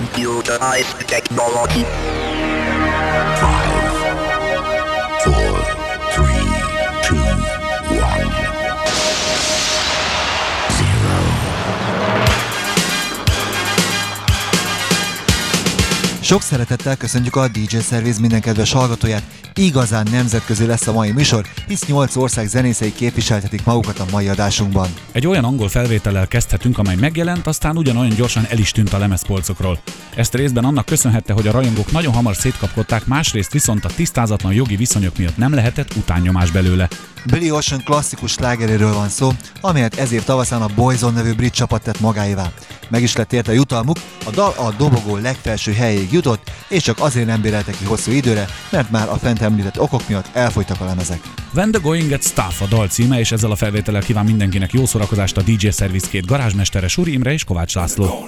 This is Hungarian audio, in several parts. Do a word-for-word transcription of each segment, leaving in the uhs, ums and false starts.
Computerized technology. Five, four, three, two, one, zero. Sok szeretettel köszöntjük a dé dzsé Service minden kedves hallgatóját. Igazán nemzetközi lesz a mai műsor, hisz nyolc ország zenészei képviseltetik magukat a mai adásunkban. Egy olyan angol felvétellel kezdhetünk, amely megjelent, aztán ugyanolyan gyorsan el is tűnt a lemezpolcokról. Ezt részben annak köszönhette, hogy a rajongók nagyon hamar szétkapkodták, másrészt viszont a tisztázatlan jogi viszonyok miatt nem lehetett utánnyomás belőle. Billy Ocean klasszikus slágeréről van szó, amelyet ez év tavaszán a Boyzone nevű brit csapat tett magáévá. Meg is lett érte jutalmuk, a dal a dobogó legfelső helyéig jutott, és csak azért nem bérelte ki hosszú időre, mert már a fent említett okok miatt elfogytak a lemezek. When the Going Gets Tough a dal címe, és ezzel a felvétellel kíván mindenkinek jó szórakozást a dé dzsé Service két garázsmestere Suri Imre és Kovács László.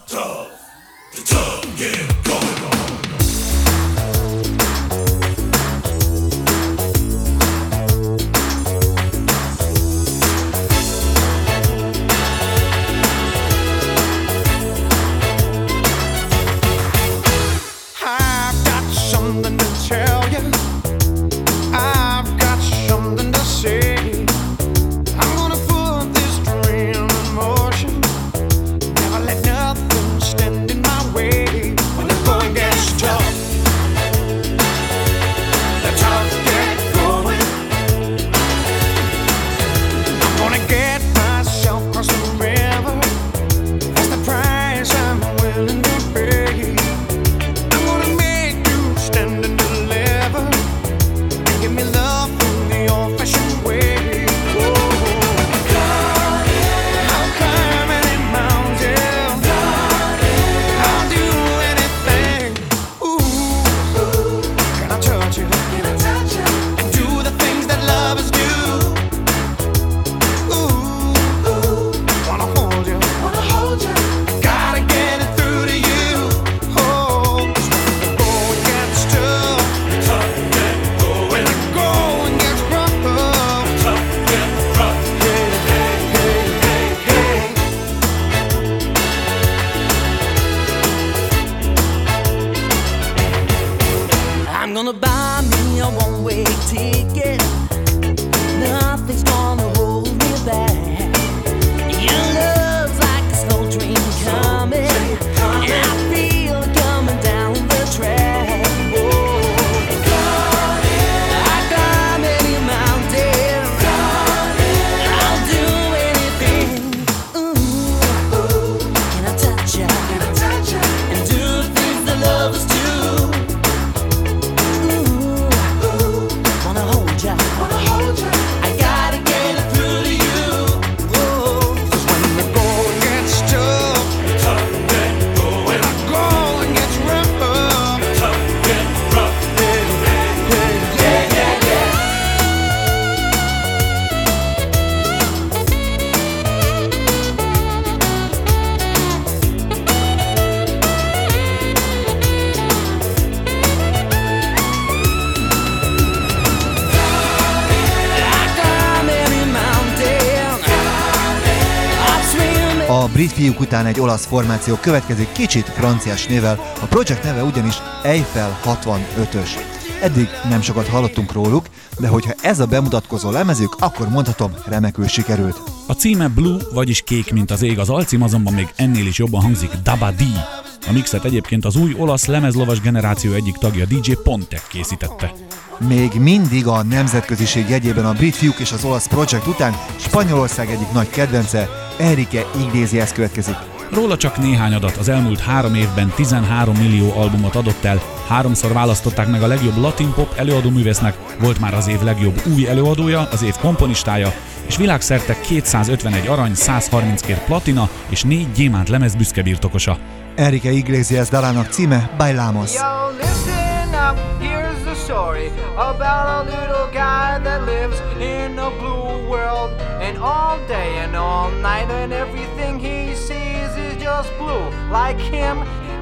A brit fiúk után egy olasz formáció következik kicsit franciás névvel, a projekt neve ugyanis Eiffel hatvanötös. Eddig nem sokat hallottunk róluk, de hogyha ez a bemutatkozó lemezük, akkor mondhatom, remekül sikerült. A címe Blue, vagyis kék, mint az ég, az alcím azonban még ennél is jobban hangzik, Dabadi. A mixet egyébként az új olasz lemezlovas generáció egyik tagja dé dzsé Pontek készítette. Még mindig a nemzetköziség jegyében a brit fiúk és az olasz projekt után Spanyolország egyik nagy kedvence, Enrique Iglesias következik. Róla csak néhány adat: az elmúlt három évben tizenhárom millió albumot adott el, háromszor választották meg a legjobb latin pop előadóművésznek, volt már az év legjobb új előadója, az év komponistája, és világszerte kétszázötvenegy arany, százharminckét platina és négy gyémánt lemez büszke birtokosa. Enrique Iglesias dalának címe Bailamos. Yo, listen up, here's the story about a little guy that lives in a blue world, and all day and all night and everything he sees is just blue, like him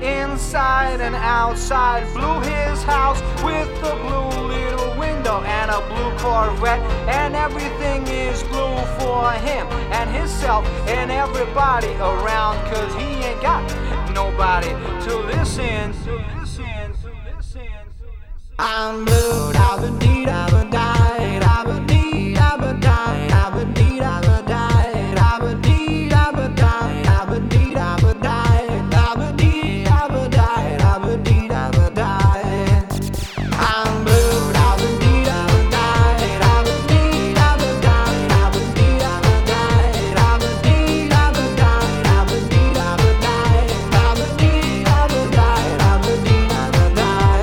inside and outside. Blue his house with a blue little window and a blue Corvette, and everything is blue for him and himself and everybody around, 'cause he ain't got nobody to listen. I'm blue, I've been deed, I've been died, I've been deed, I've been died, I've been deed, I've been died, I've been deed, I've been died, I've been deed, I've been died, I've been deed, I've been died, I've been deed, I've been died. I'm blue, I've been deed, I've been died, I've been deed, I've been died, I've been deed, I've been died, I've been deed, I've been died, I've been deed, I've been died, I've been deed, I've been died, I've been deed, I've been died.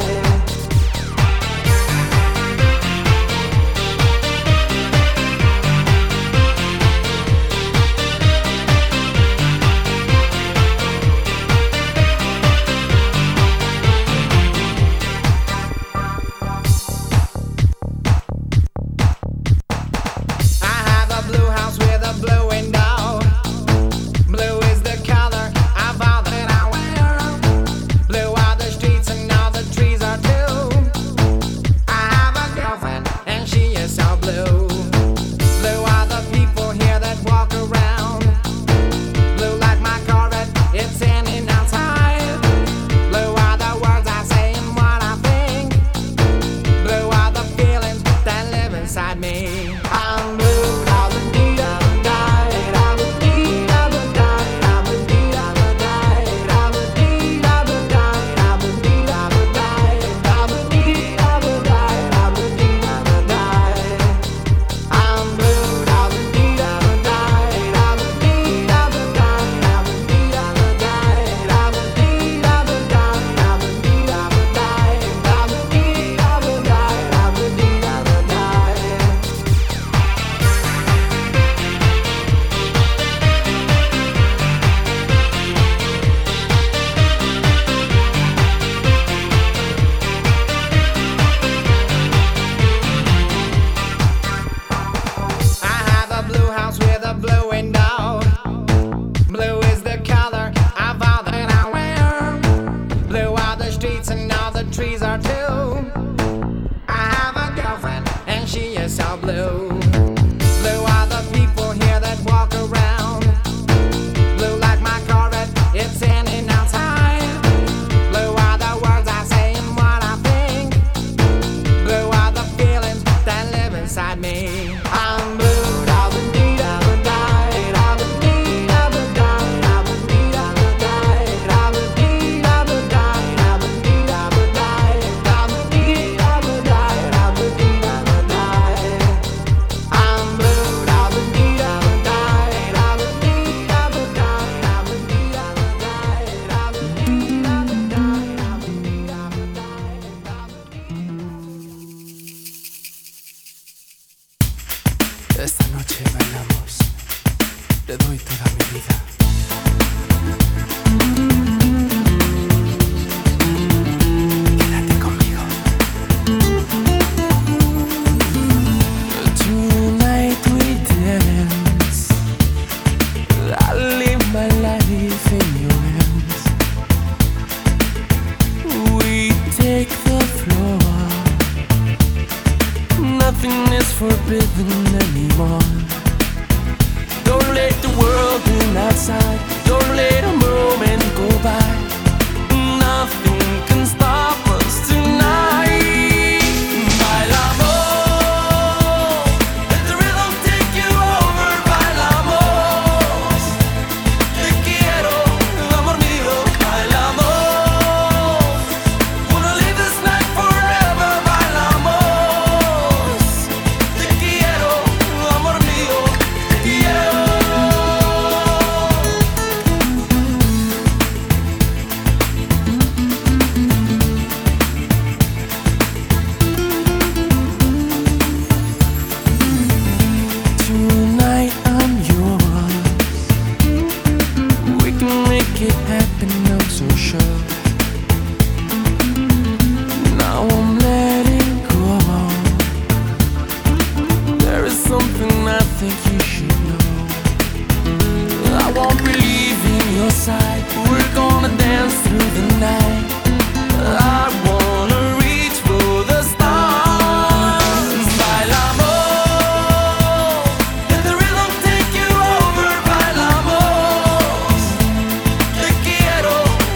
Esta noche bailamos, te doy toda mi vida. Quédate conmigo. Tonight we dance, I live my life in your hands. We take the floor, nothing is forbidden anymore. Don't let the world in outside, don't let a moment go by. Nothing can stop us tonight. Bailamos, let the rhythm take you over. Bailamos, te quiero, amor mío. Bailamos, wanna live this night forever. Bailamos, te quiero, amor mío. Yeah. Tonight I'm yours. We can make it happen, I'm so sure. Now I'm letting go. There is something I think you should know. I won't be leaving your side. We're gonna dance through the night. I wanna reach for the stars. Bailamos, let the rhythm take you over. Bailamos, te quiero,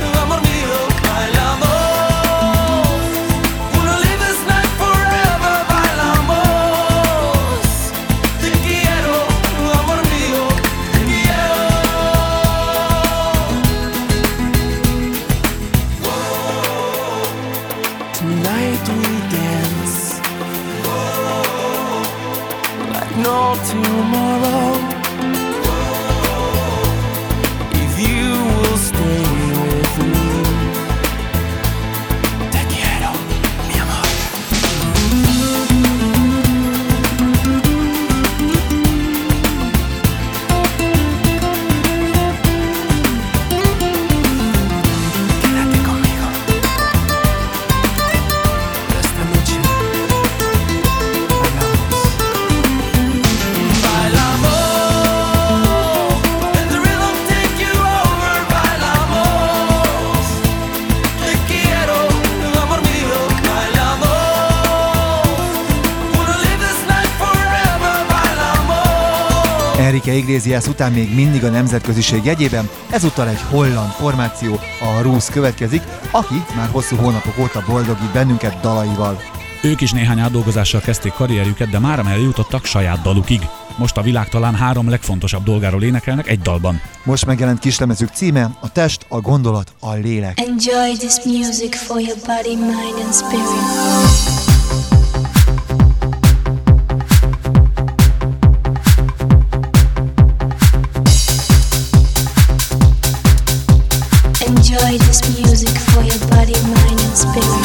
Enrique Iglesias után még mindig a nemzetköziség jegyében, ezúttal egy holland formáció, a Rúsz következik, aki már hosszú hónapok óta boldogít bennünket dalaival. Ők is néhány átdolgozással kezdték karrierjüket, de mára eljutottak saját dalukig. Most a világ talán három legfontosabb dolgáról énekelnek egy dalban. Most megjelent kislemezük címe a test, a gondolat, a lélek. Enjoy this music for your body, mind and spirit. Enjoy this music for your body, mind and spirit.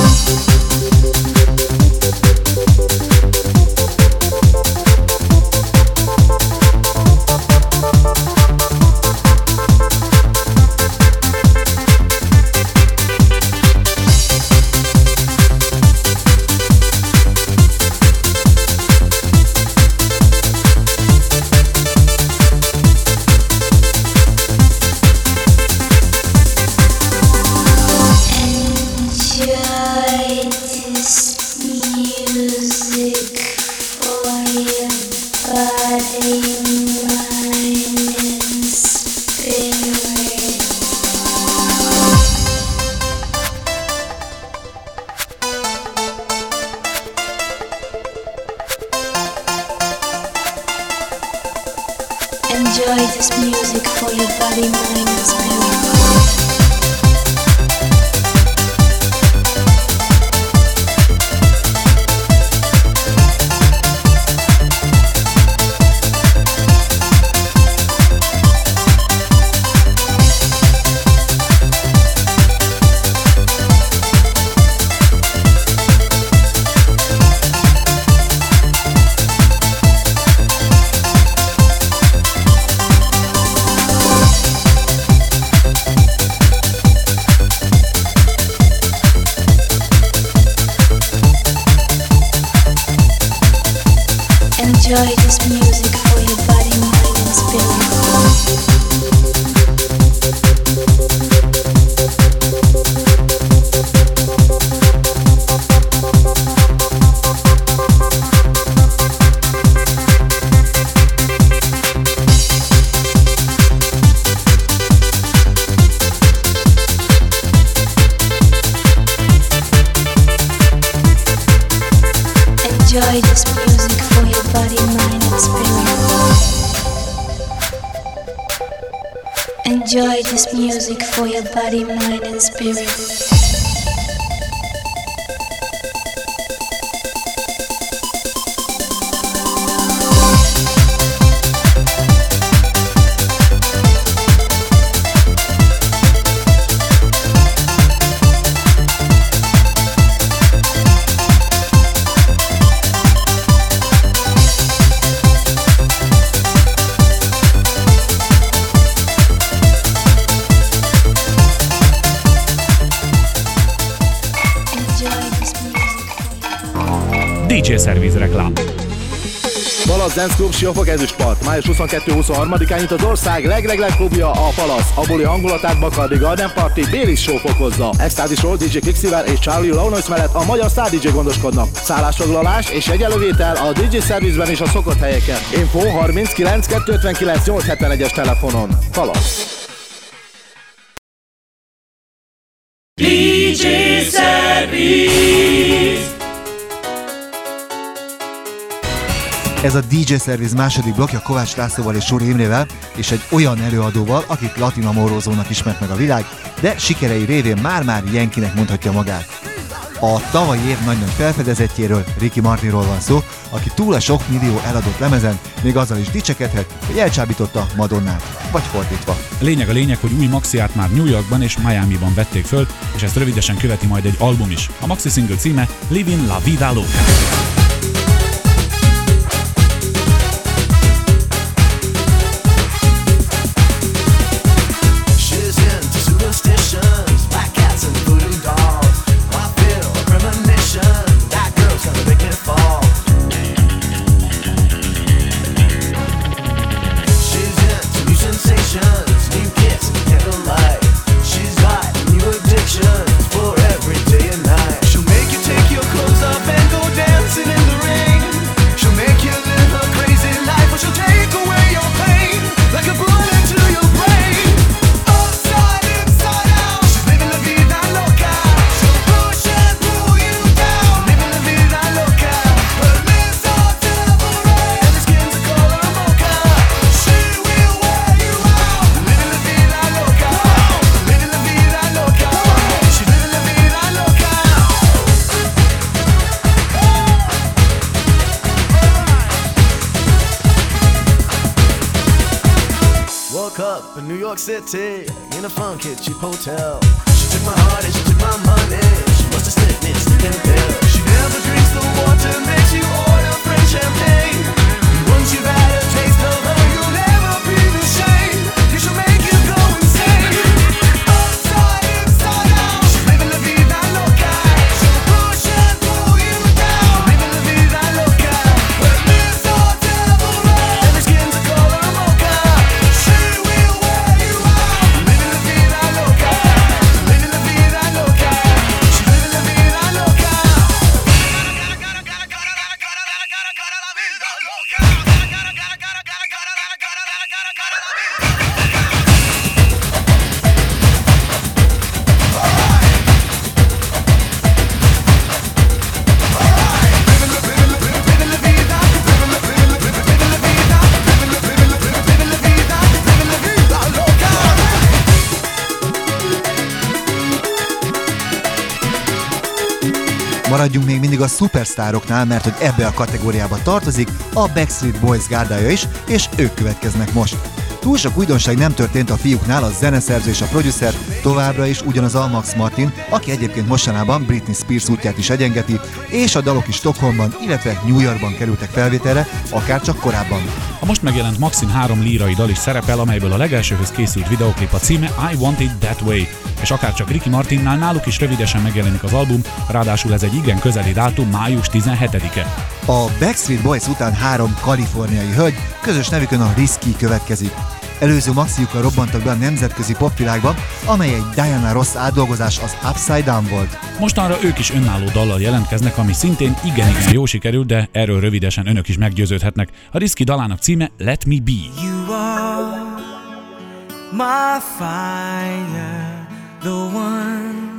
Enjoy this music for your body, mind and spirit. Enjoy this music for your body, mind and spirit. Enjoy this music for your body, mind and spirit. Enjoy this music for your body, mind and spirit. dé dzsé Service reklám. Palasz Dance Club Siófok Ezüstpart. május huszonkettő-huszonharmadikán nyit az ország leglegleg klubja, a Palasz. Abuli hangulatát Bacardi Garden Party Bélis Show fokozza. Extázisról dé dzsé Quicksilver és Charlie Launois mellett a magyar sztár dé dzsé gondoskodnak. Szállásfoglalás és jegyelővétel a dé dzsé Service-ben és a szokott helyeken. Info harminckilenc kettőszázötvenkilenc nyolcszázhetvenegyes telefonon. Palasz. dé dzsé Service. Ez a dé dzsé Service második blokkja Kovács Lászlóval és Suri Imrével, és egy olyan előadóval, akit latinamorózónak ismert meg a világ, de sikerei révén már-már Yankinek mondhatja magát. A tavalyi év nagy-nagy felfedezettjéről, Ricky Martinról van szó, aki túl a sok millió eladott lemezen még azzal is dicsekedhet, hogy elcsábította Madonnát, vagy fordítva. Lényeg a lényeg, hogy új maxiát már New Yorkban és Miamiban vették föl, és ezt rövidesen követi majd egy album is. A maxi single címe Living La Vida Loca. For every day and night, she'll make you take your clothes off and go dancing. York City in a funky cheap hotel. She took my heart and she took my money. She must have slipped me a sticking pill. She never drinks the water, makes you order French champagne. Once you've had a taste of her, you'll never be the same. She shall make you go insane. Upside, inside out. She's living la vida loca. She'll push and pull you down. Living la vida loca. With Miss Devil Red and her skin's a color mocha. She will wear you out. Living la vida loca. Living la vida loca. She's living la vida loca. Maradjunk még mindig a szupersztároknál, mert hogy ebbe a kategóriába tartozik a Backstreet Boys gárdája is, és ők következnek most. Túl sok újdonság nem történt a fiúknál, a zeneszerző és a producer továbbra is ugyanaz a Max Martin, aki egyébként mostanában Britney Spears útját is egyengeti, és a dalok is Stockholmban, illetve New Yorkban kerültek felvételre, akár csak korábban. A most megjelent Maxin három lírai dal is szerepel, amelyből a legelsőhöz készült videoklip a címe I Want It That Way, és akár csak Ricky Martinnál náluk is rövidesen megjelenik az album, ráadásul ez egy igen közeli dátum, május tizenhetedike. A Backstreet Boys után három kaliforniai hölgy, közös nevükön a Risky következik. Előző maxiukkal robbantak be a nemzetközi popvilágba, amely egy Diana Ross átdolgozás, az Upside Down volt. Mostanra ők is önálló dallal jelentkeznek, ami szintén igen-igen jó sikerült, de erről rövidesen önök is meggyőződhetnek. A Risky dalának címe Let Me Be. You are my fire, the one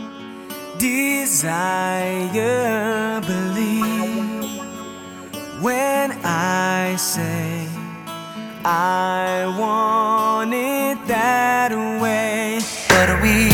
desire, believe when I say I want it that way. But we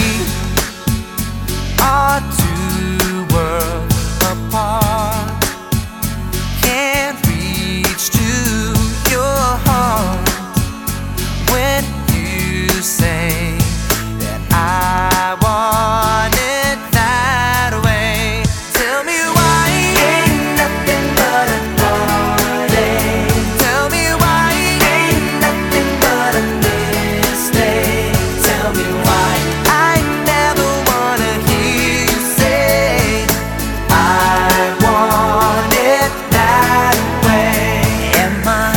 are two worlds apart, can't reach to your heart when you say that I want it that way. Tell me why ain't nothing but a party. Tell me why ain't nothing but a mistake. Tell me why I never wanna hear you say I want it that way. Am I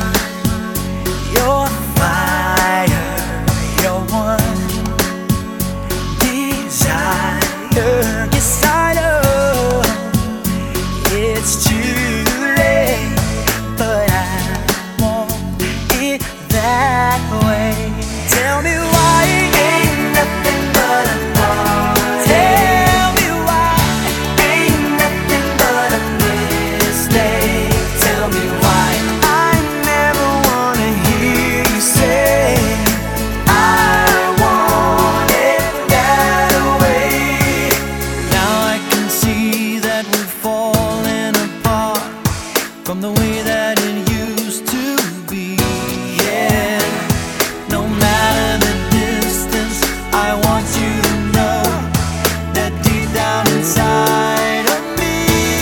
your fire, your one desire? Yes, I know it's too late, but I want it that way. Tell me why ain't nothing but a party. Tell me why ain't nothing but a mistake. Tell me why I never wanna hear you say I want it that way. Now I can see that we've fallen apart from the way that it used to be. Yeah, no matter the distance, I want you to know that deep down inside of me,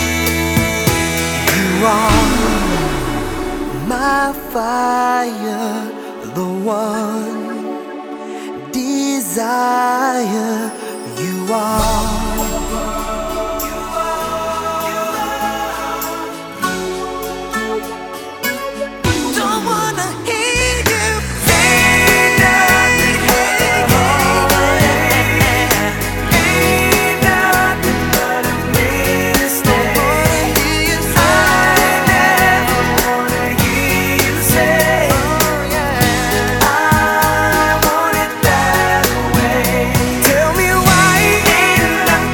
you are my fire, the one desire. You are. Don't wanna hear you say nothing. Ain't nothing but a mistake. I never wanna hear you say I want it that way. Tell me why ain't nothing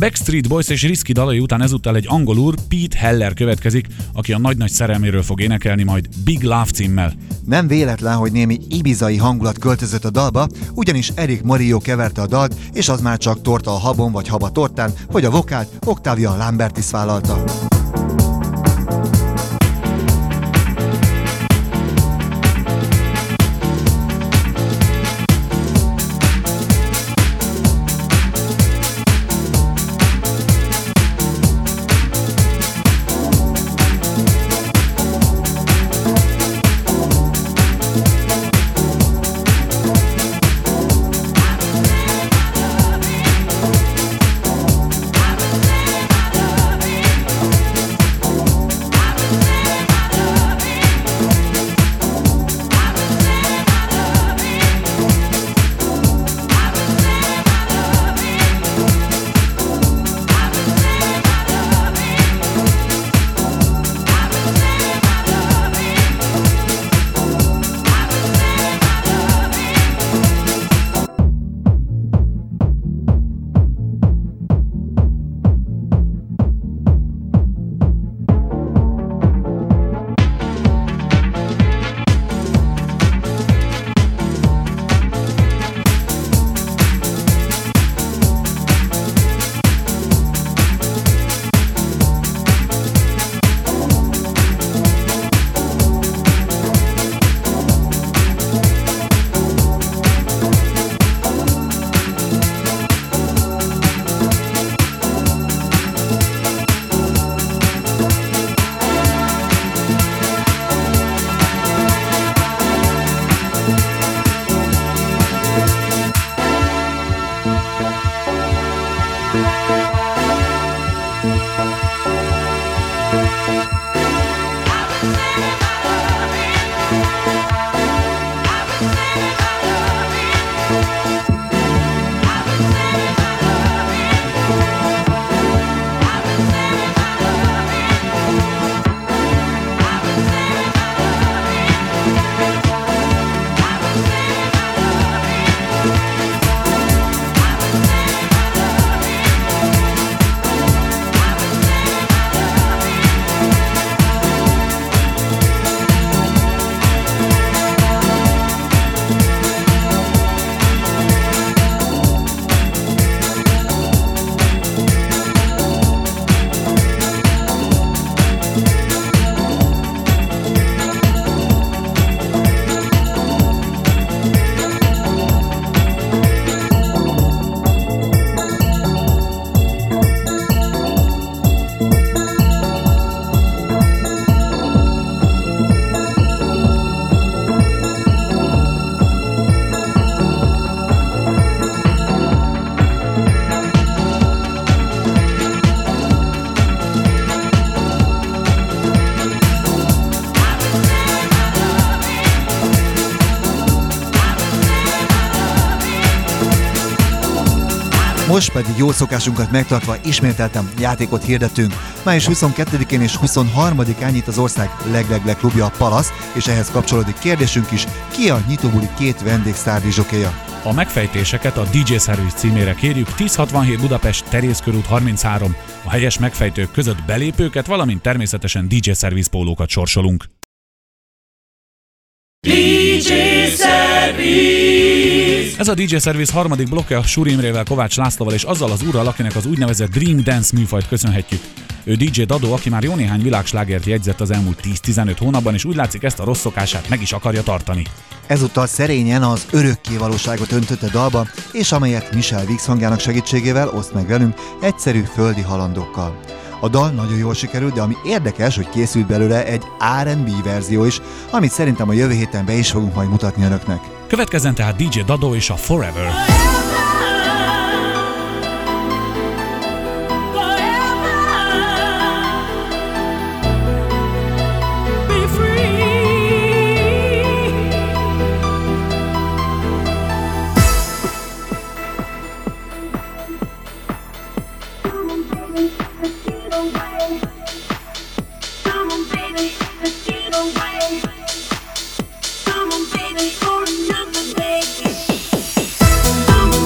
Backstreet Boys és Risky dalai után ezúttal egy angol úr, Pete Heller következik, aki a nagy-nagy szerelméről fog énekelni majd Big Love címmel. Nem véletlen, hogy némi ibizai hangulat költözött a dalba, ugyanis Eric Morillo keverte a dalt, és az már csak torta a habon vagy haba tortán, hogy a vokált Octavia Lambertis vállalta. Most pedig jó szokásunkat megtartva ismételtem játékot hirdettünk. május huszonkettedikén és huszonharmadikán nyit az ország leglegleg klubja, a Palasz, és ehhez kapcsolódik kérdésünk is, ki a nyitóbuli két vendégsztárdizzsokéja. A megfejtéseket a dé dzsé Service címére kérjük, tíz hatvanhét Budapest, Terész körút harminchárom. A helyes megfejtők között belépőket, valamint természetesen dé dzsé Service pólókat sorsolunk. dé dzsé Service. Ez a dé dzsé Service harmadik blokkja Súri Imrével, Kovács Lászlóval és azzal az úrral, akinek az úgynevezett Dream Dance műfajt köszönhetjük. Ő dé dzsé Dado, aki már jó néhány világslágert jegyzett az elmúlt tíz-tizenöt hónapban, és úgy látszik, ezt a rossz szokását meg is akarja tartani. Ezúttal szerényen az örökké valóságot öntötte dalba, és amelyet Michel Wicks hangjának segítségével oszt meg velünk egyszerű földi halandókkal. A dal nagyon jól sikerült, de ami érdekes, hogy készült belőle egy er end bé verzió is, amit szerintem a jövő héten be is fogunk majd mutatni önöknek. Következzen tehát dé dzsé Dado és a Forever. Come on,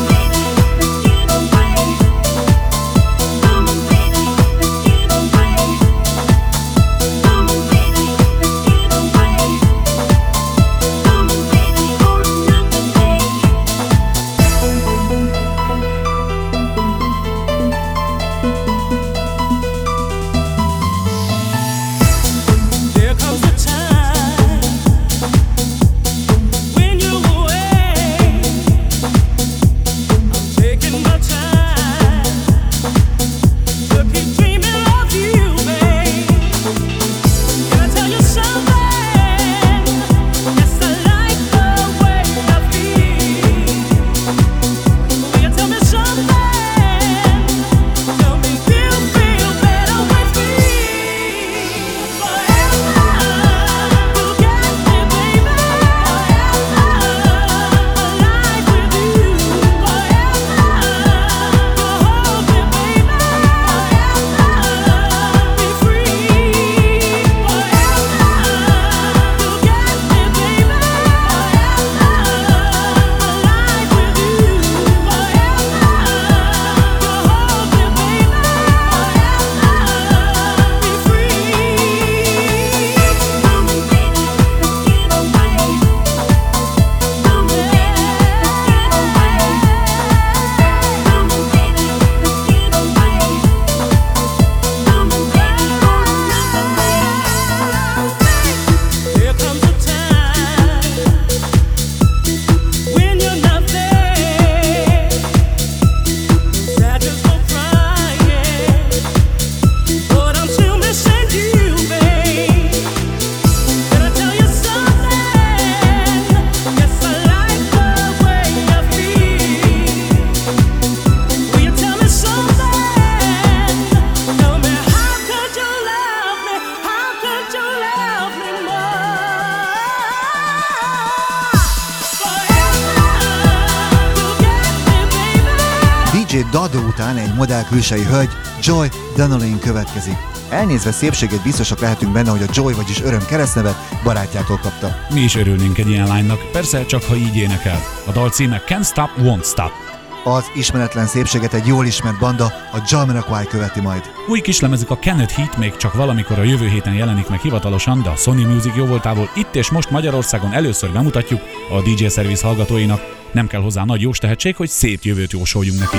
Egy Dado után egy modell külsejű hölgy, Joy Donnelly következik. Elnézve szépségét biztosak lehetünk benne, hogy a Joy, vagyis öröm keresztneve barátjától kapta. Mi is örülnénk egy ilyen lánynak, persze csak ha így énekel. A dal címe Can't Stop, Won't Stop. Az ismeretlen szépséget egy jól ismert banda, a Jamiroquai követi majd. Új kislemezük a Kenneth Heat még csak valamikor a jövő héten jelenik meg hivatalosan, de a Sony Music jóvoltából itt és most Magyarországon először bemutatjuk a dé dzsé Service hallgatóinak. Nem kell hozzá nagy jós tehetség, hogy szép jövőt jósoljunk neki.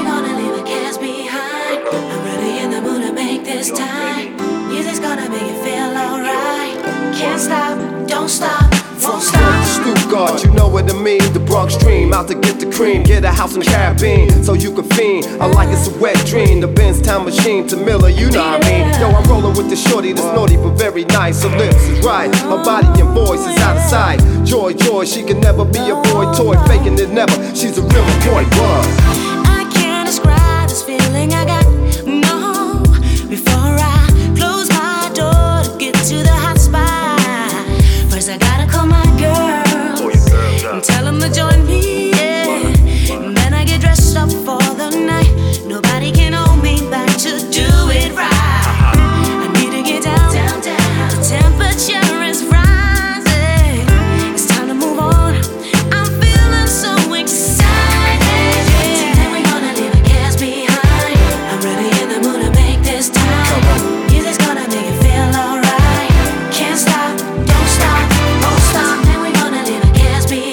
Stuttgart, you know what I mean. The Bronx dream, out to get the cream. Get a house in the Caribbean, so you can fiend. I like it's a wet dream. The Benz Town Machine to Miller, you know what I mean. Yo, I'm rolling with the shorty that's naughty but very nice. Her lips is right, her body and voice is out of sight. Joy, joy, she can never be a boy toy. Faking it never, she's a real boy. What? I can't describe this feeling I got, no. Before I close my door to get to the hot spot, first I gotta call my girl and tell them to join me, yeah. And then I get dressed up for the night. Nobody can hold me back to do it right. I need to get down, down, down. The temperature is rising. It's time to move on. I'm feeling so excited. Tonight we're gonna leave the gas behind. I'm really in the mood to make this time. Music's gonna make it feel alright. Can't stop, don't stop, won't stop. Then we're gonna leave the gas behind.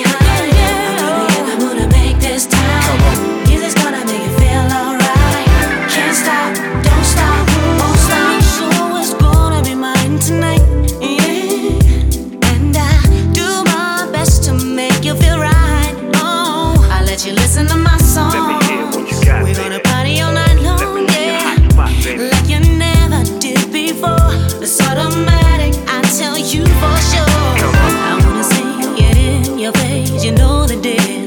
Listen to my song. Let me hear what you got. We're gonna party all night long, yeah. Like you never did before. It's automatic, I tell you for sure. I wanna see it in your face, you know the deal.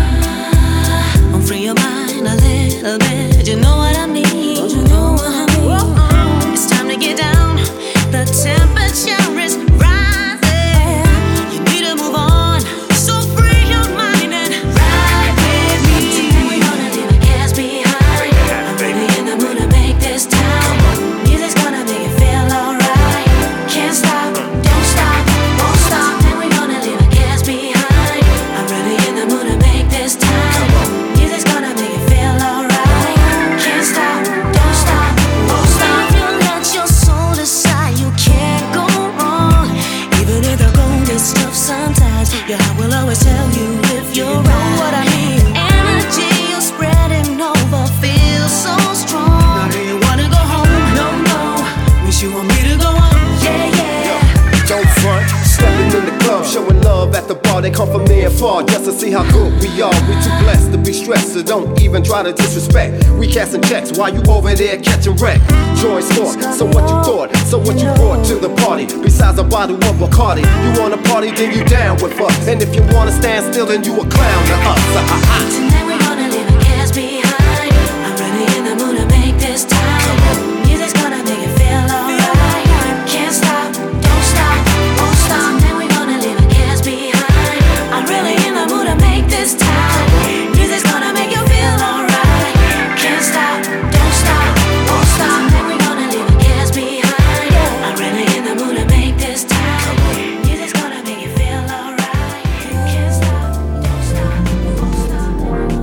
I'm free your mind a little bit, you know what I mean. You know what I mean. It's time to get down. The temperature is rising. You need to move on. So free your mind and ride with me. We're gonna leave the gas behind. I'm really in the mood to make this time. Music's gonna make it feel alright. Can't stop, don't stop, won't stop. Then we're gonna leave the gas behind. I'm really in the mood to make this time. Music's gonna make it feel alright. Can't stop, don't stop, won't stop. If you let your soul decide, you can't go wrong. Even if the gold is tough sometimes, your heart will always tell you if you're right. What I mean, energy you're spreading over feels so strong. Now do you wanna go home? No, no. Wish you want me to go on? Yeah, yeah. Don't front, stepping in the club, showing love at the bar. They come from near and far just to see how good we are. We too blessed to be stressed, so don't even try to disrespect. We casting checks while you over there catching wreck. Joy sport, so what you thought, so what you brought to the party. Besides a bottle of Bacardi, you wanna party, then you down with us. And if you wanna stand still, then you a clown to us. Tonight we're gonna leave the gas behind. I'm really in the mood to make this time. Music's gonna make it feel alright. Can't stop, don't stop, won't stop. Then we're gonna leave the gas behind. I'm really in the mood to make this time. Music's gonna make you feel alright. Can't stop, don't stop, won't stop. Then we're gonna leave the gas behind. I'm really in the mood to make this time. Music's gonna make you feel alright. Can't stop, don't stop, won't stop.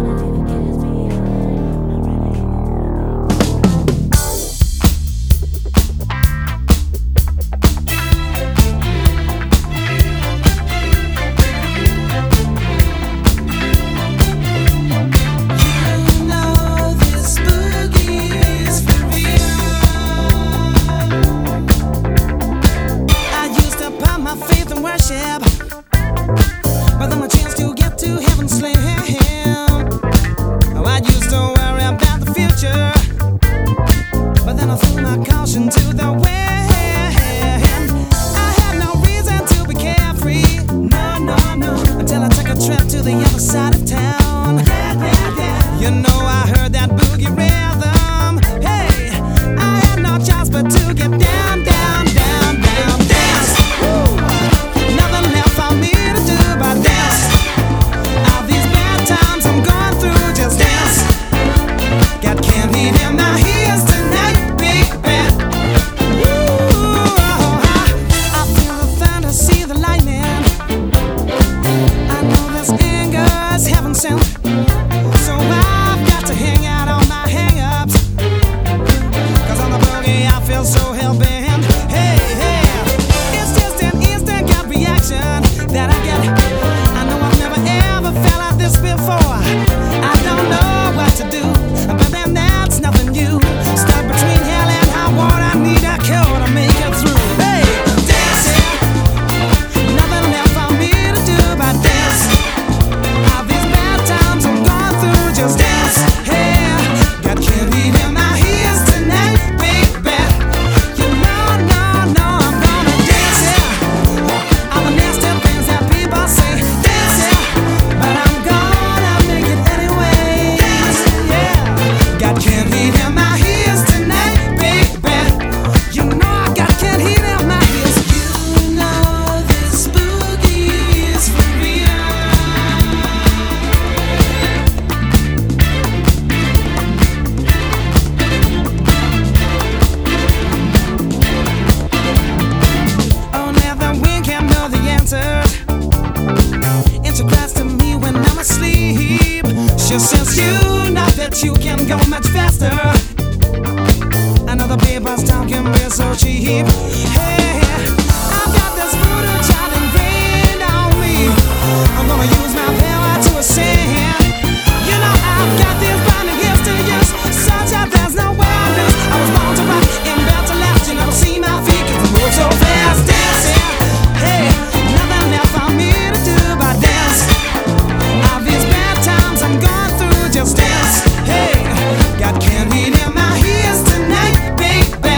she cries to me when I'm asleep. She says you know that you can go much faster. Another paper's talking real so cheap. Hey, I've got this voodoo child ingrained on me. I'm gonna use my power to ascend. You know I've got these blinding gifts to use, such that there's nowhere I lose. I was born to rock and built to last. You never see my feet 'cause I move so fast. Dancing, hey, nothing left for me to do but dance. All these bad times I'm going through, just dance. Hey, got candy in my ears tonight, baby.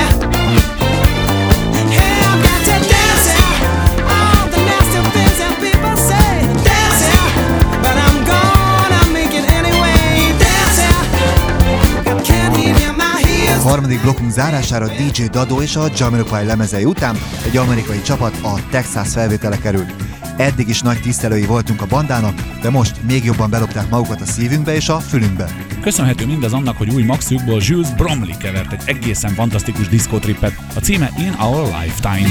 Hey, I've got to dance, yeah. All the nasty things that people say, dance, yeah. But I'm gonna make it anyway, dance, yeah. Got candy in my ears. A harmadik blokkunk zárására dé dzsé Dado és a Jamiroquai lemezei után egy amerikai csapat a Texas felvétele került. Eddig is nagy tisztelői voltunk a bandának, de most még jobban belopták magukat a szívünkbe és a fülünkbe. Köszönhető mindez annak, hogy új maxjukból Jules Bromley kevert egy egészen fantasztikus diszkótrippet. A címe In Our Lifetime.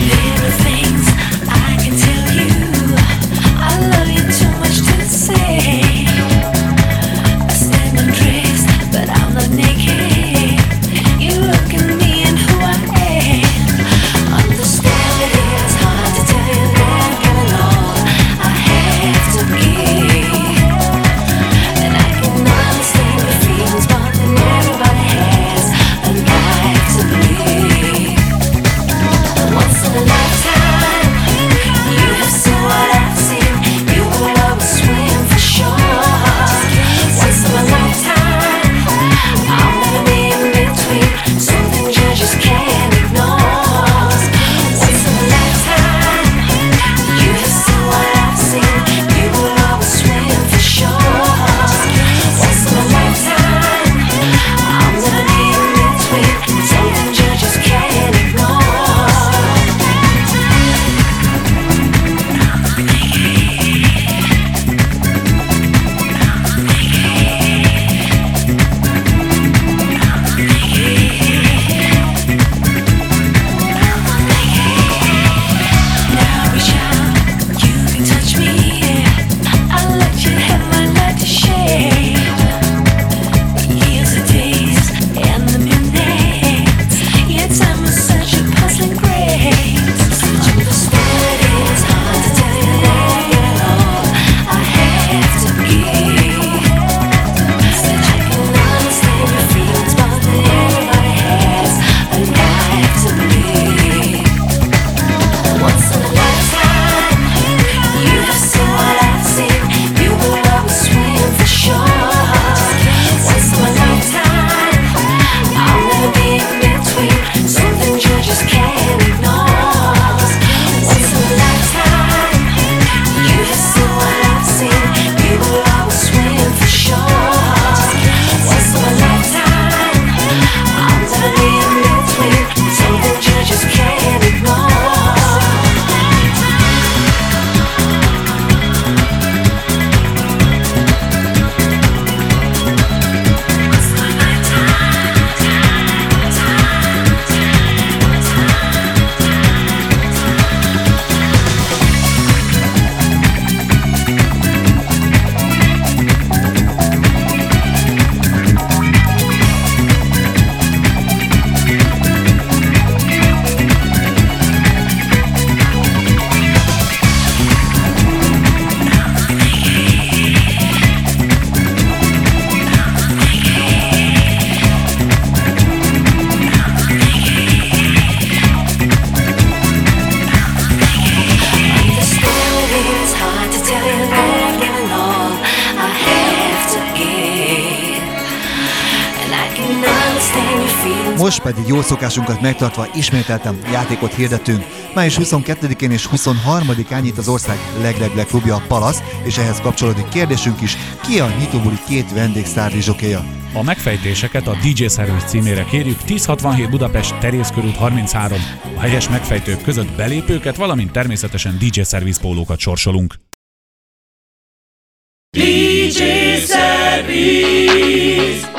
Most pedig jó szokásunkat megtartva ismételten játékot hirdettünk. május huszonkettedikén és huszonharmadikán nyit az ország leglegleg klubja, a Palasz, és ehhez kapcsolódik kérdésünk is, ki a nyitóbuli két vendégsztárrizsokéja. A megfejtéseket a dé dzsé Service címére kérjük, tíz hatvanhét Budapest, Terész körút harminchárom. A helyes megfejtők között belépőket, valamint természetesen dé dzsé Service pólókat sorsolunk. dé dzsé Service.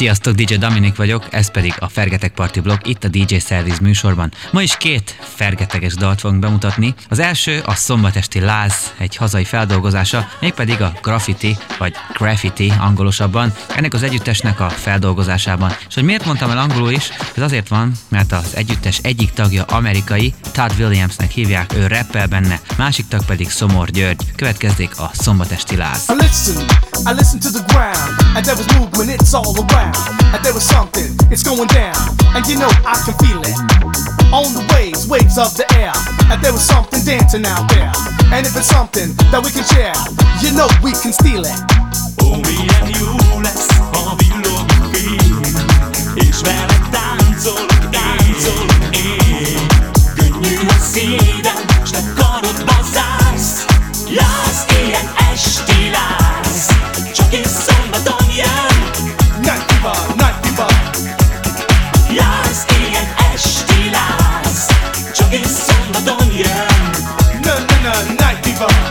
Sziasztok, dé dzsé Dominik vagyok, ez pedig a Fergeteg Party Blog itt a dé dzsé Service műsorban. Ma is két fergeteges dalt fogunk bemutatni. Az első a Szombatesti Láz, egy hazai feldolgozása, mégpedig a Graffiti, vagy Graffiti angolosabban, ennek az együttesnek a feldolgozásában. És hogy miért mondtam el angolul is, ez azért van, mert az együttes egyik tagja amerikai, Todd Williamsnek hívják, ő rappel benne, másik tag pedig Szomor György. Következzék a Szombatesti Láz. I listen, I listen to the ground, and there was movement, it's all around, and there was something, it's going down, and you know I can feel it, on the waves, waves of the air, and there was something dancing out there, and if it's something that we can share, you know we can steal it. Oh, milyen jó lesz, ha villog a fény, és veled táncolok, táncolok én. Könnyű a szívem, s te karodba zársz, láz, ilyen esti láz, csak én szombaton jön. Night fever, night fever. Láz, ilyen esti láz, csak én szombaton jön. No, no, no, night fever.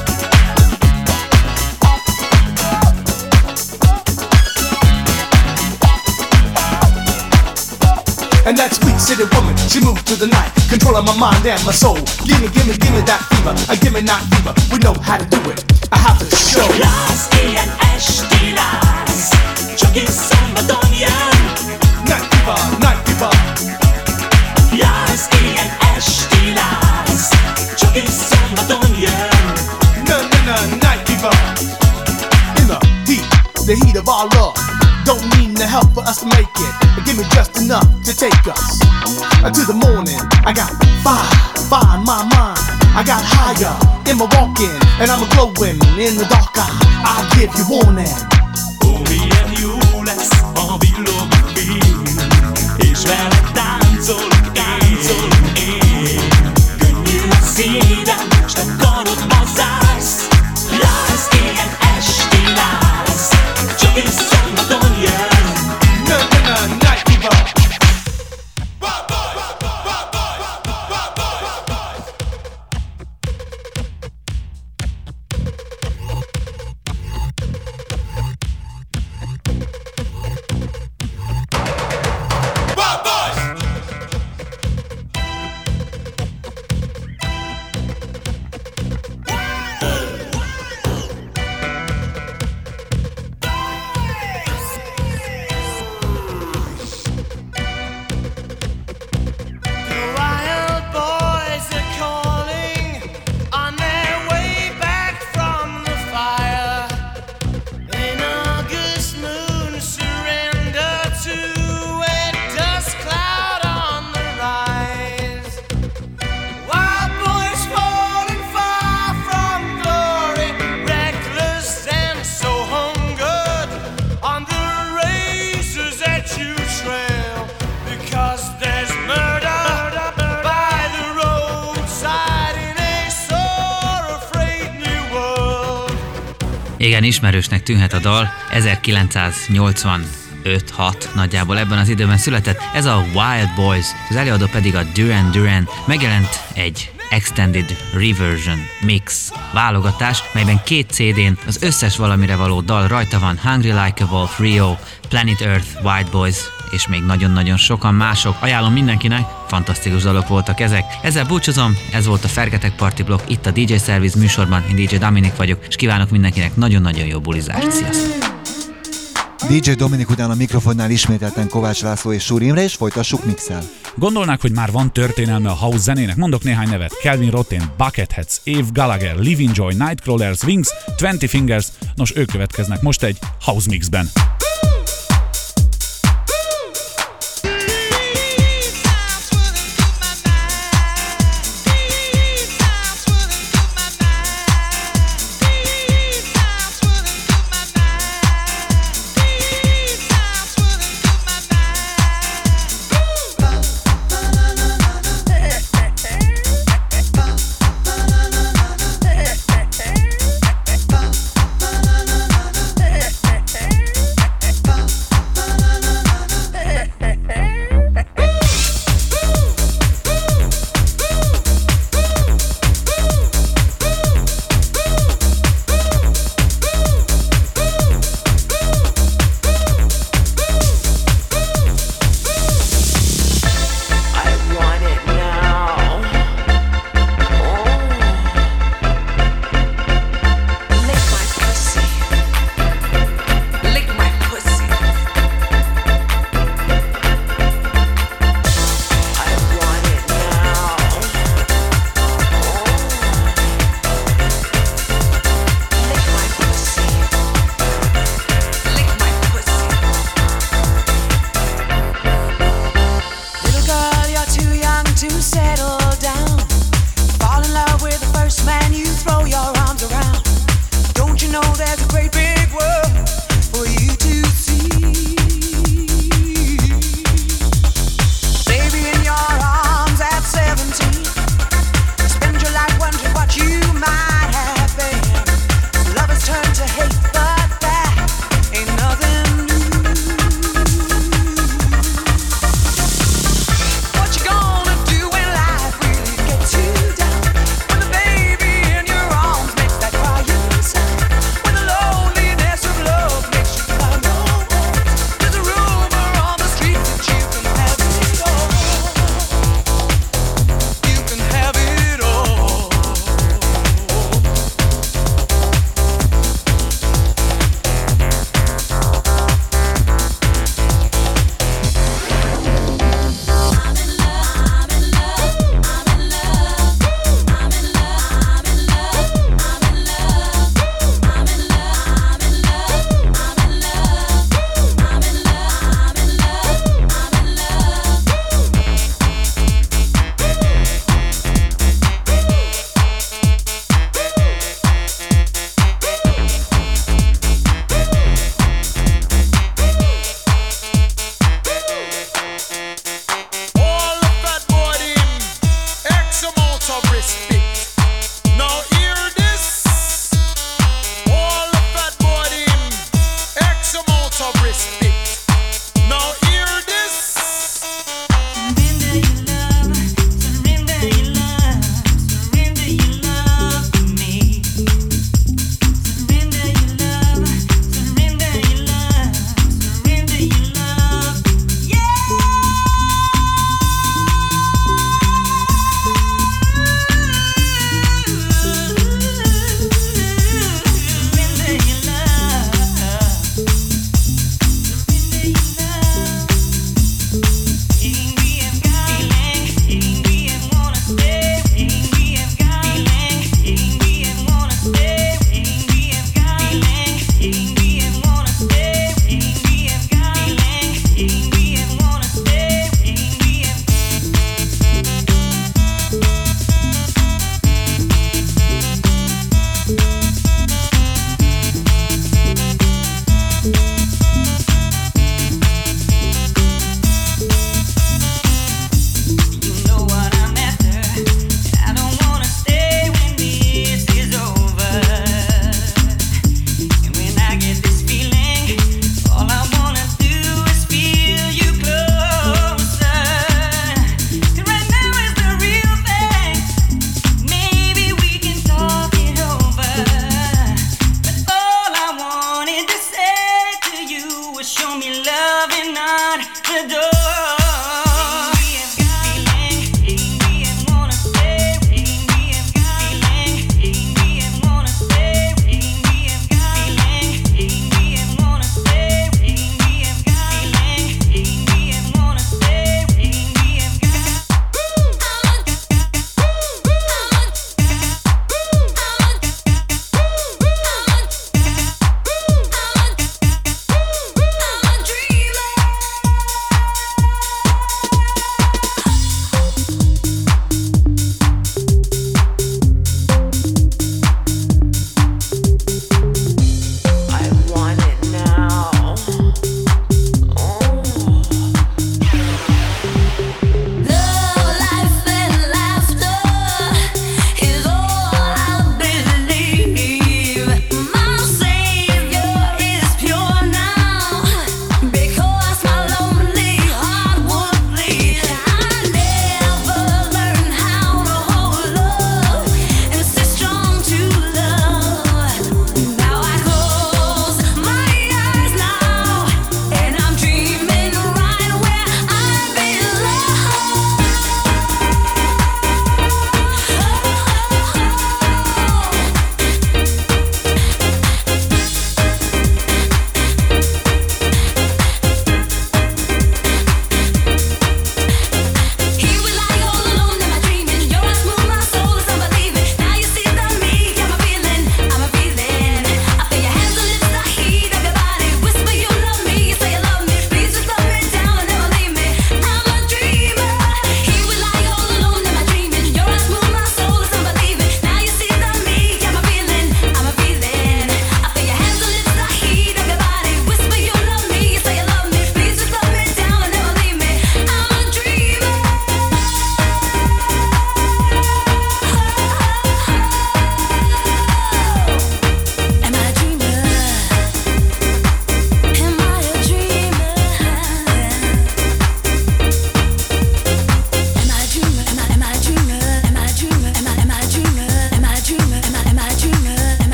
And that sweet city woman, she moved to the night, controlling my mind and my soul. Gimme, gimme, gimme that fever, uh, gimme night fever. We know how to do it, I have to show. Láz, ilyen esti láz, csak én szombaton jön. Night fever, night fever. Láz, ilyen esti láz, csak én szombaton jön. No, no, no, night fever. In the heat, the heat of our love. Don't need the help for us to make it. Give me just enough to take us uh, to the morning. I got fire, fire in my mind. I got higher in my walking, and I'm glowing in the dark eye. I'll give you warning. Oh, milyen jó lesz, ha villog a fény, és veled táncolok, táncolok én. Könnyű a szívem, s te karodba zársz, láz, ilyen esti láz, csak én szombaton jön. No, no, no, night fever. Igen, ismerősnek tűnhet a dal, ezerkilencszáznyolcvanöt hat nagyjából ebben az időben született, ez a Wild Boys, az előadó pedig a Duran Duran. Megjelent egy Extended Reversion Mix válogatás, melyben két cé dén az összes valamire való dal rajta van, Hungry Like a Wolf, Rio, Planet Earth, Wild Boys, és még nagyon-nagyon sokan mások. Ajánlom mindenkinek, fantasztikus dalok voltak ezek. Ezzel búcsúzom, ez volt a Fergeteg Party Blog itt a dé dzsé Service műsorban, én dé dzsé Dominik vagyok, és kívánok mindenkinek nagyon-nagyon jó bulizást. Sziasztok! dé dzsé Dominik után a mikrofonnál ismételten Kovács László és Súr Imre, és folytassuk mixel. Gondolnák, hogy már van történelme a house zenének? Mondok néhány nevet. Calvin Rotten, Bucketheads, Eve Gallagher, Living Joy, Nightcrawlers, Wings, Twenty Fingers. Nos, ők következnek most egy house mixben.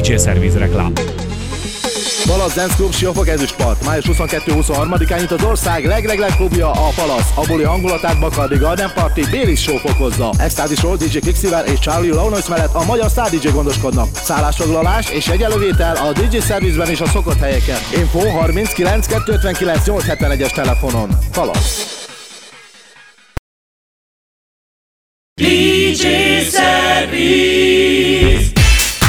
dé jé Service reklám. Palasz Dance Club Siófok Ezüstpart. május huszonkettő-huszonharmadikán nyit az ország leglegleg klubja, a Palasz. Abuli hangulatát Bacardi Garden Party Bélis Show fokozza. Extázisról dé jé Quicksilver és Charlie Launois mellett a magyar sztár dé jé gondoskodnak. Szállásfoglalás és jegyelővétel a dé jé Service-ben és a szokott helyeken. Info harminckilenc kettőszázötvenkilenc nyolcszázhetvenegy-es telefonon. Palasz. dé jé Service.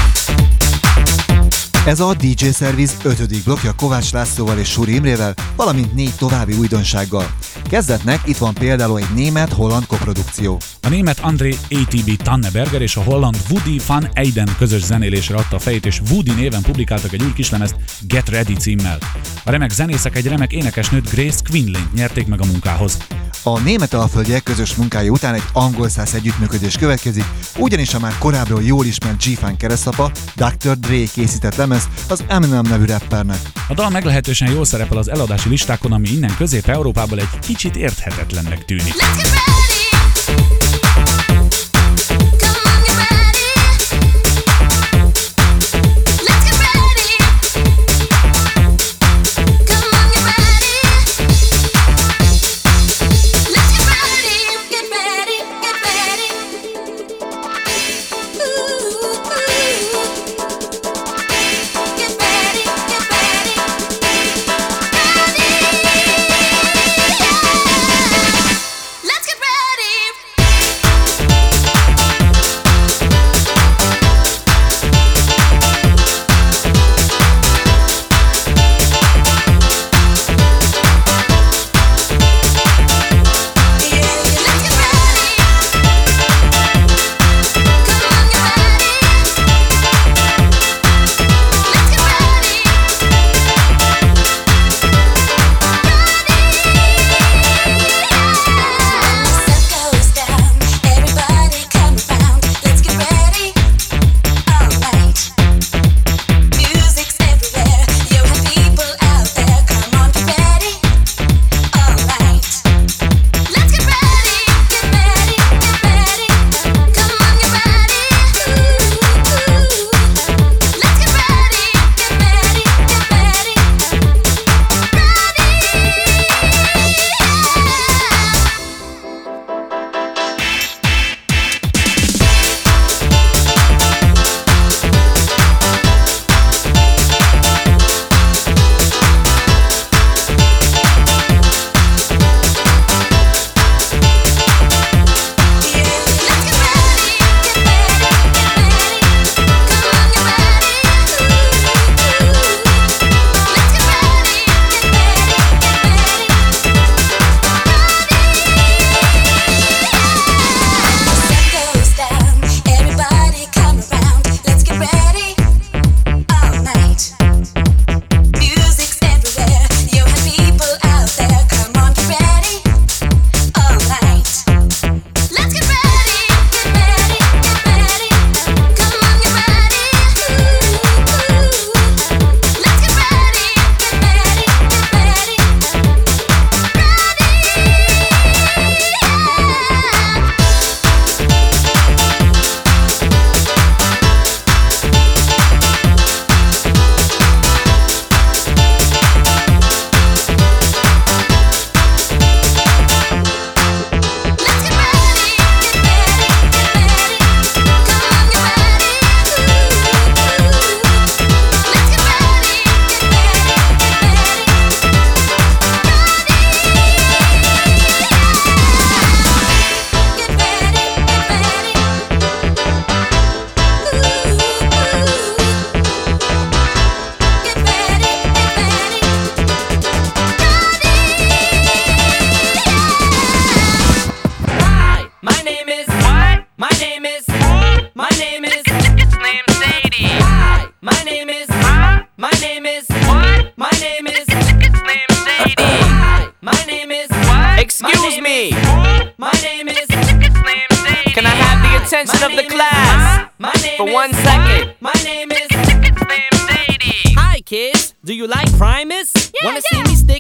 Ez a dé jé Service ötödik blokkja Kovács Lászlóval és Suri Imrével, valamint négy további újdonsággal. Kezdetnek itt van például egy német-holland koprodukció. A német André á té bé Tanneberger és a holland Woody van Eyden közös zenélésre adta a fejét, és Woody néven publikáltak egy új kislemezt Get Ready címmel. A remek zenészek egy remek énekesnőt, Grace Quinlan nyerték meg a munkához. A német alföldiek közös munkája után egy angol száz együttműködés következik, ugyanis a már korábbról jól ismert G-Funk keresztapa doktor Dre készített lemez az Eminem nevű rappernek. A dal meglehetősen jól szerepel az eladási listákon, ami innen Közép-Európából egy kicsit érthetetlennek tűnik. attention of the class for one second. My name is Hi kids, do you like Primus? Yeah, Wanna yeah. see me stick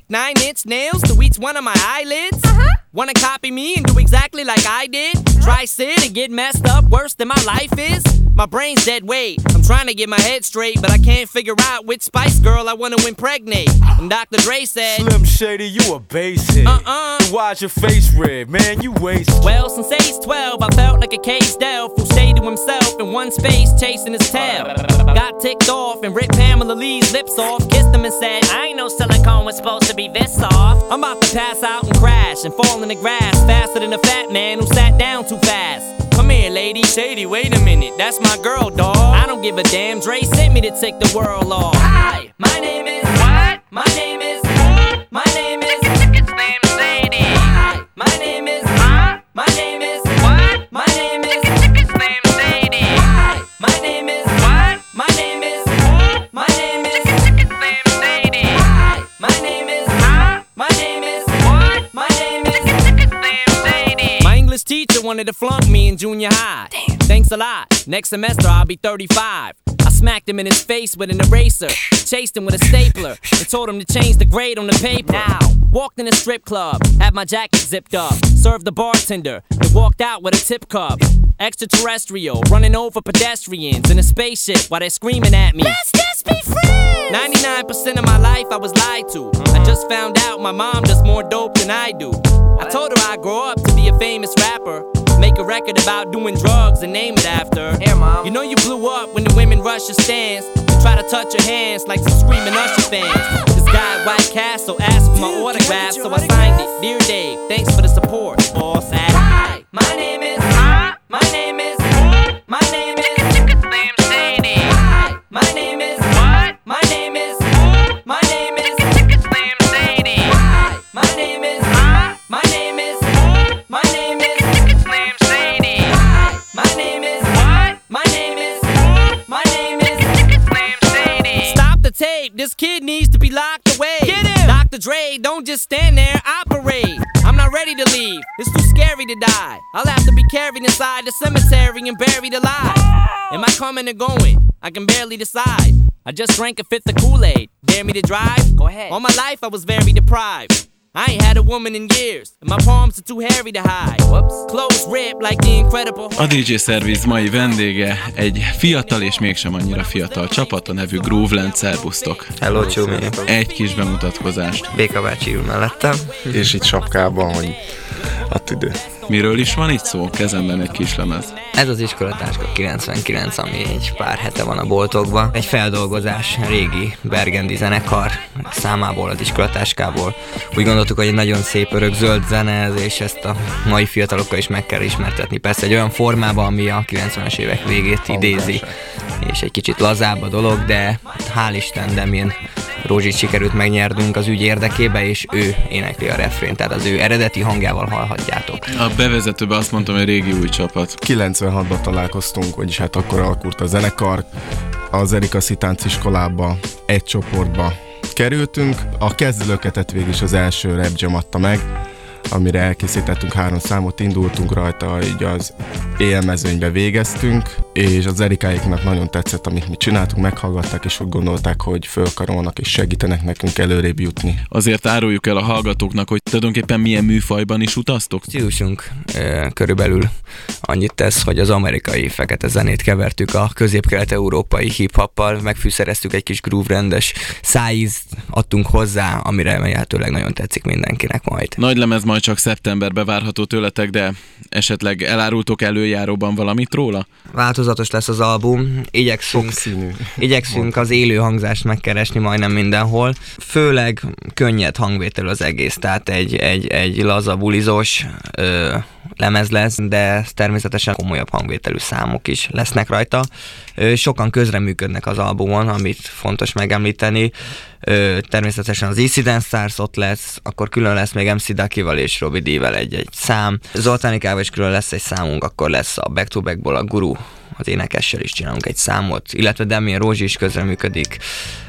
nine inch nails to each one of my eyelids? Uh-huh. Wanna copy me and do exactly like I did? Try sit and get messed up worse than my life is? My brain's dead weight. I'm trying to get my head straight, but I can't figure out which Spice Girl I want to impregnate. And Doctor Dre said, Slim Shady, you a basehead. Uh-uh. Why's your face red? Man, you wasted. Well, since age twelve, I felt like a caged elf who stayed to himself in one space chasing his tail. Got ticked off and ripped Pamela Lee's lips off, kissed him and said, I ain't know silicone was supposed to be this soft. I'm about to pass out and crash and fall in the grass faster than a fat man who sat down too fast. Come here, lady. Shady, wait a minute. That's my girl, dawg. I don't give a damn. Dre sent me to take the world off. Hi, my name is... What? My name is... My name is... Slim Shady. Hi, my name is... Huh? My name is... What? My name is... Slim Shady. Hi, my name is... What? My name is... My name is... Slim Shady. Hi, my name is... Huh? My name is... What? My name is... Slim Shady. My English teacher wanted to flunk me in junior high. Damn. Thanks a lot. Next semester I'll be thirty-five. I smacked him in his face with an eraser, chased him with a stapler, and told him to change the grade on the paper. Now, walked in a strip club, had my jacket zipped up, served the bartender, and walked out with a tip cup. Extraterrestrial, running over pedestrians in a spaceship while they're screaming at me. Let's just be friends! ninety-nine percent of my life I was lied to. I just found out my mom does more dope than I do. I told her I'd grow up to be a famous rapper, make a record about doing drugs and name it after. Here, Mom. You know you blew up when the women rush your stands and try to touch your hands like some screaming Usher fans. This guy at White Castle asked for my autograph, so I signed it. Dear Dave, thanks for the support, boss. Hi, my name is... Huh? My name is... My name is... Slim Shady. Hi, my name is... What? My name is... My name is... Slim Shady. Hi, my name is... Huh? My name is... My name is... Slim Shady. Hi, my name is... What? My name is... My name is... Slim Shady. Stop the tape. This kid needs to be locked away. Get him! Doctor Dre, don't just stand there, operate. I'm not ready to leave. It's too scary to die. I'll have to be carried inside the cemetery and buried alive. Am I coming or going? I can barely decide. I just drank a fifth of Kool-Aid. Dare me to drive? Go ahead. All my life I was very deprived. I ain't had a woman in years, and my palms are too hairy to hide. Whoops. Clothes ripped like the Incredible Hulk. A dé dzsé Service mai vendége egy fiatal és mégsem annyira fiatal csapat, a nevű Groveland. Szervusztok! Hello, Csumi! Egy kis bemutatkozást. Béka bácsi ül mellettem. És itt sapkában, hogy attidő. Miről is van itt szó? Kezemben egy kis lemez. Ez az Iskolatáska kilencvenkilenc, ami egy pár hete van a boltokban. Egy feldolgozás régi Bergendi zenekar számából, az Iskolatáskából. Úgy gondoltuk, hogy egy nagyon szép örök zöld zene ez, és ezt a mai fiatalokkal is meg kell ismertetni. Persze egy olyan formában, ami a kilencvenes évek végét idézi, és egy kicsit lazább a dolog, de hál' Isten, Demjén Rózsit sikerült megnyernünk az ügy érdekébe, és ő énekli a refrént, tehát az ő eredeti hangjával hallhatjátok. A bevezetőben azt mondtam, hogy régi új csapat. kilencvenhatban találkoztunk, vagyis hát akkor alakult a zenekar. Az Erika Szitánc iskolába egy csoportba kerültünk. A kezdőlöketet végig is az első Rap Jam adta meg, amire elkészítettünk három számot, indultunk rajta, így az élmezőnybe végeztünk, és az Erikáiknak nagyon tetszett, amit mi csináltunk, meghallgatták, és úgy gondolták, hogy fölkarolnak és segítenek nekünk előrébb jutni. Azért áruljuk el a hallgatóknak, hogy tulajdonképpen milyen műfajban is utaztok? Stílusunk e, körülbelül annyit tesz, hogy az amerikai fekete zenét kevertük a közép-kelet-európai hip-hoppal, megfűszereztük egy kis groove rendes szájízt, adtunk hozzá, amire remélhetőleg nagyon tetszik mindenkinek majd. Nagy lemez majd csak szeptemberben várható tőletek, de esetleg elárultok előjáróban valamit róla? Változatos lesz az album, igyekszünk, igyekszünk az élő hangzást megkeresni majdnem mindenhol. Főleg könnyed hangvételű az egész, tehát egy, egy, egy laza bulizós ö, lemez lesz, de természetesen komolyabb hangvételű számok is lesznek rajta. Ö, sokan közreműködnek az albumon, amit fontos megemlíteni. Ö, természetesen az Incident Stars ott lesz, akkor külön lesz még em cé Dakival és Robi D-vel egy-egy szám. Zoltánikával is külön lesz egy számunk, akkor lesz a Back to Backból a Guru, az énekessel is csinálunk egy számot, illetve Damien Rózsi is közreműködik,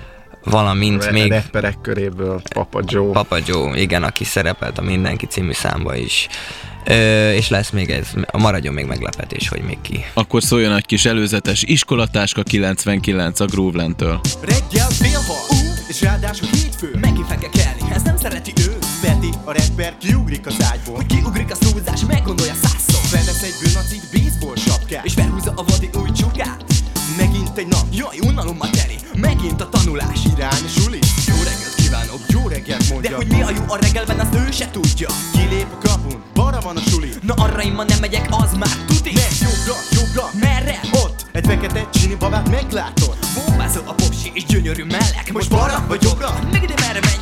valamint a még... rapperek köréből Papa Joe. Papa Joe, igen, aki szerepelt a Mindenki című számba is. Ö, és lesz még ez, maradjon még meglepetés, hogy még ki. Akkor szóljon egy kis előzetes Iskolatáska kilencvenkilenc a Groveland-től. Reggel fél hat, és ráadásul hétfő, megint fel kell kelni, ez nem szereti ő. Peti, a rapper kiugrik az ágyból, hogy kiugrik a szózás, meggondolja százszor. Felvesz egy bőnacit, baseball sapkát, és felhúzza a vadi új csukát. Megint egy nap, jaj, unalommal teli, megint a tanulás. Irány, suli, jó reggelt kívánok, jó reggelt mondja. De hogy mi a jó a reggelben, azt ő se tudja. Kilép a kapun, balra van a suli. Na arra én ma nem megyek, az már tuti. Mert jobbra, jobbra, merre? Ott, egy fekete csini babát meglátod. Bombázol a popsi és gyönyörű mellek. Most balra vagy jobbra? Még ide merre menjek?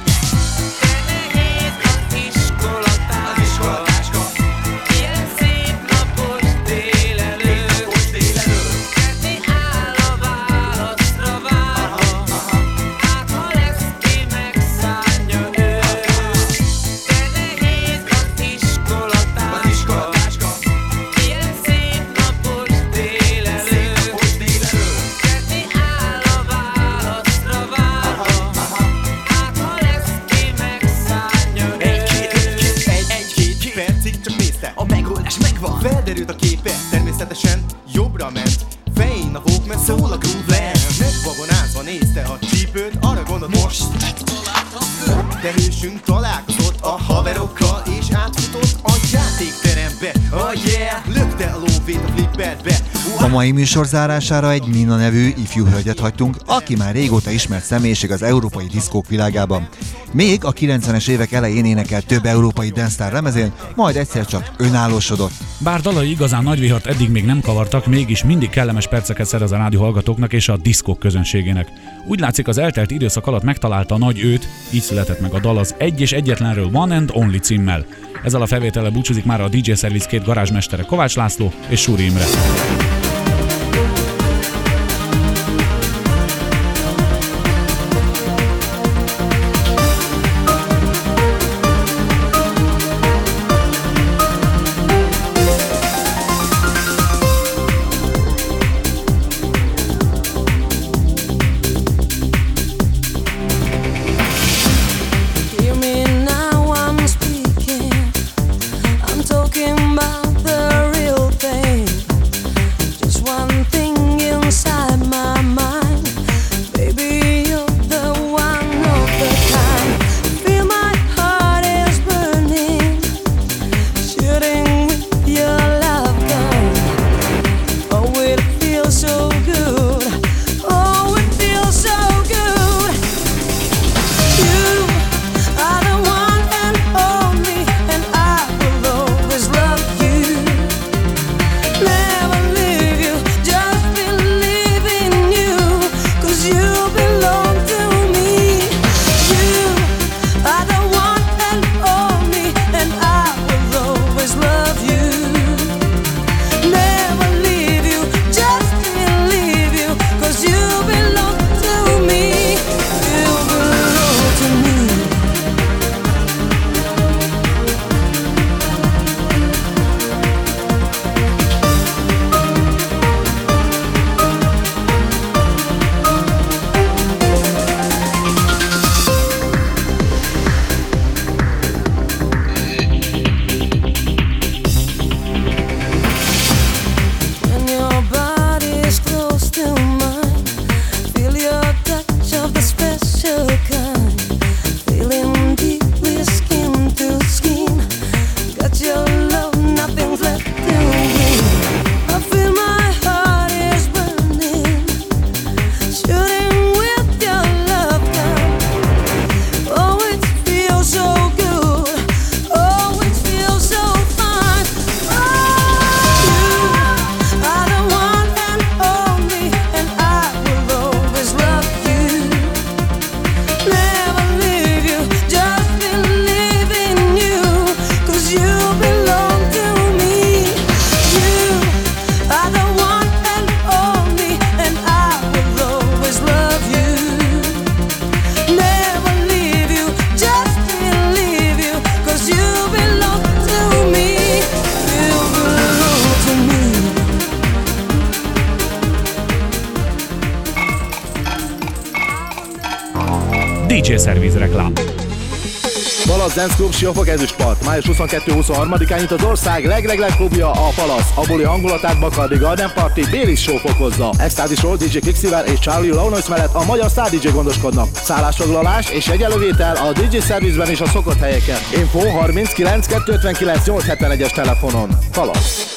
Az iskolatáska. Ilyen szép napos délelőtt. Kedni áll a válaszra várva. Hát ha lesz ki megszállja őt. Kedni hét az iskolatáska. Ilyen szép napos délelőtt. Kedni áll a válaszra várva. Hát ha lesz ki megszállja őt. Egy-két percig csak nézte, a megoldás megvan. Felderült a képe, természetesen jobbra ment. Fején a Walkman, szól a groove land. Megbabonázva nézte a csípőt, arra gondolt most de hősünk találkozott a haverokkal, és átfutott a játékterembe. Oh yeah, lökte a lóvét a flipperbe. A mai műsor zárására egy Nina nevű ifjú hölgyet hagytunk, aki már régóta ismert személyiség az európai diszkók világában. Még a kilencvenes évek elején énekelt több európai dancetár lemezén, majd egyszer csak önállósodott. Bár dalai igazán nagy vihart eddig még nem kavartak, mégis mindig kellemes perceket szerez a rádió hallgatóknak és a diszkók közönségének. Úgy látszik, az eltelt időszak alatt megtalálta a nagy őt, így született meg a dal az Egy és Egyetlenről One and Only címmel. Ezzel a felvétellel búcsúzik már a dé dzsé Service két garázsmestere Kovács László és Súri Imre. dé dzsé Service reklám. Palasz Dance Club Siófok Ezüstpart. május huszonkettő-huszonharmadikán nyit az ország leglegleg klubja, a Palasz. Abuli hangulatát Bacardi Garden Party Bélis Show fokozza. Extázisról dé dzsé Quicksilver és Charlie Launois mellett a magyar sztár dé dzsé gondoskodnak. Szállásfoglalás és jegyelővétel a dé dzsé szervizben és a szokott helyeken. Info harminckilenc kettőszázötvenkilenc nyolcszázhetvenegyes telefonon. Palasz.